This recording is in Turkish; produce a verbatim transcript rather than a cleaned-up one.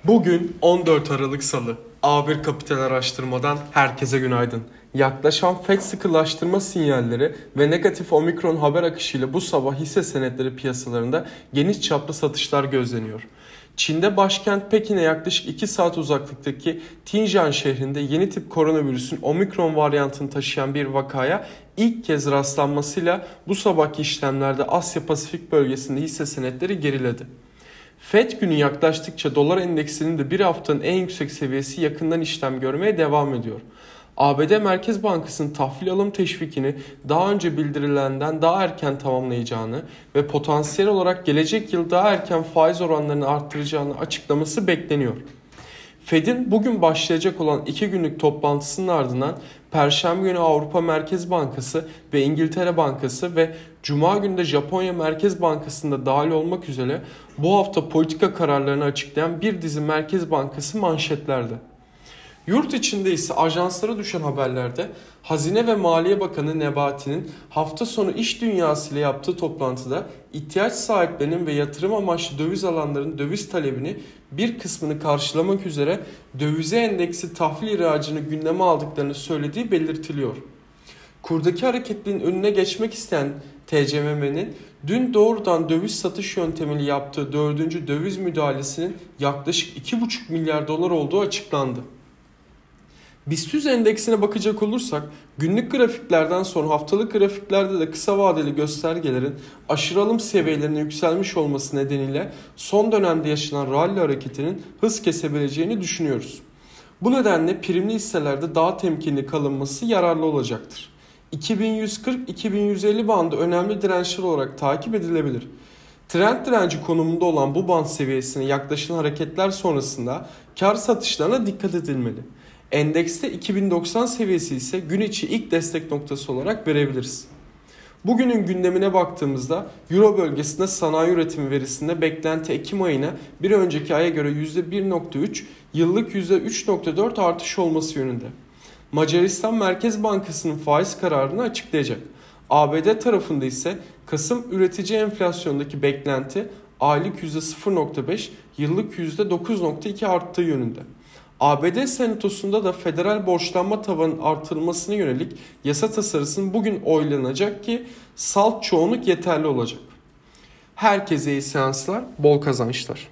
Bugün on dört Aralık Salı. A bir Kapital Araştırma'dan herkese günaydın. Yaklaşan Fed sıkılaştırma sinyalleri ve negatif omikron haber akışıyla bu sabah hisse senetleri piyasalarında geniş çaplı satışlar gözleniyor. Çin'de başkent Pekin'e yaklaşık iki saat uzaklıktaki Tianjin şehrinde yeni tip koronavirüsün omikron varyantını taşıyan bir vakaya ilk kez rastlanmasıyla bu sabahki işlemlerde Asya Pasifik bölgesinde hisse senetleri geriledi. Fed günü yaklaştıkça dolar endeksinin de bir haftanın en yüksek seviyesi yakından işlem görmeye devam ediyor. A B D Merkez Bankası'nın tahvil alım teşvikini daha önce bildirilenden daha erken tamamlayacağını ve potansiyel olarak gelecek yıl daha erken faiz oranlarını arttıracağını açıklaması bekleniyor. Fed'in bugün başlayacak olan iki günlük toplantısının ardından Perşembe günü Avrupa Merkez Bankası ve İngiltere Bankası ve Cuma günü de Japonya Merkez Bankası'nda dahil olmak üzere bu hafta politika kararlarını açıklayan bir dizi Merkez Bankası manşetlerde. Yurt içinde ise ajanslara düşen haberlerde Hazine ve Maliye Bakanı Nebati'nin hafta sonu iş dünyasıyla yaptığı toplantıda ihtiyaç sahiplerinin ve yatırım amaçlı döviz alanların döviz talebini bir kısmını karşılamak üzere dövize endeksi tahvil ihracını gündeme aldıklarını söylediği belirtiliyor. Kurdaki hareketliliğin önüne geçmek isteyen T C M M'nin dün doğrudan döviz satış yöntemiyle yaptığı dördüncü döviz müdahalesinin yaklaşık iki buçuk milyar dolar olduğu açıklandı. BIST endeksine bakacak olursak günlük grafiklerden sonra haftalık grafiklerde de kısa vadeli göstergelerin aşırı alım seviyelerine yükselmiş olması nedeniyle son dönemde yaşanan rally hareketinin hız kesebileceğini düşünüyoruz. Bu nedenle primli hisselerde daha temkinli kalınması yararlı olacaktır. iki bin yüz kırk iki bin yüz elli bandı önemli dirençler olarak takip edilebilir. Trend direnci konumunda olan bu band seviyesine yaklaşan hareketler sonrasında kar satışlarına dikkat edilmeli. Endekste iki bin doksan seviyesi ise gün içi ilk destek noktası olarak verebiliriz. Bugünün gündemine baktığımızda Euro bölgesinde sanayi üretimi verisinde beklenti Ekim ayına bir önceki aya göre yüzde bir virgül üç, yıllık yüzde üç virgül dört artış olması yönünde. Macaristan Merkez Bankası'nın faiz kararını açıklayacak. A B D tarafında ise Kasım üretici enflasyondaki beklenti aylık yüzde sıfır virgül beş, yıllık yüzde dokuz virgül iki arttığı yönünde. A B D Senatosu'nda da federal borçlanma tavanının artırılmasına yönelik yasa tasarısının bugün oylanacak ki salt çoğunluk yeterli olacak. Herkese iyi seanslar, bol kazançlar.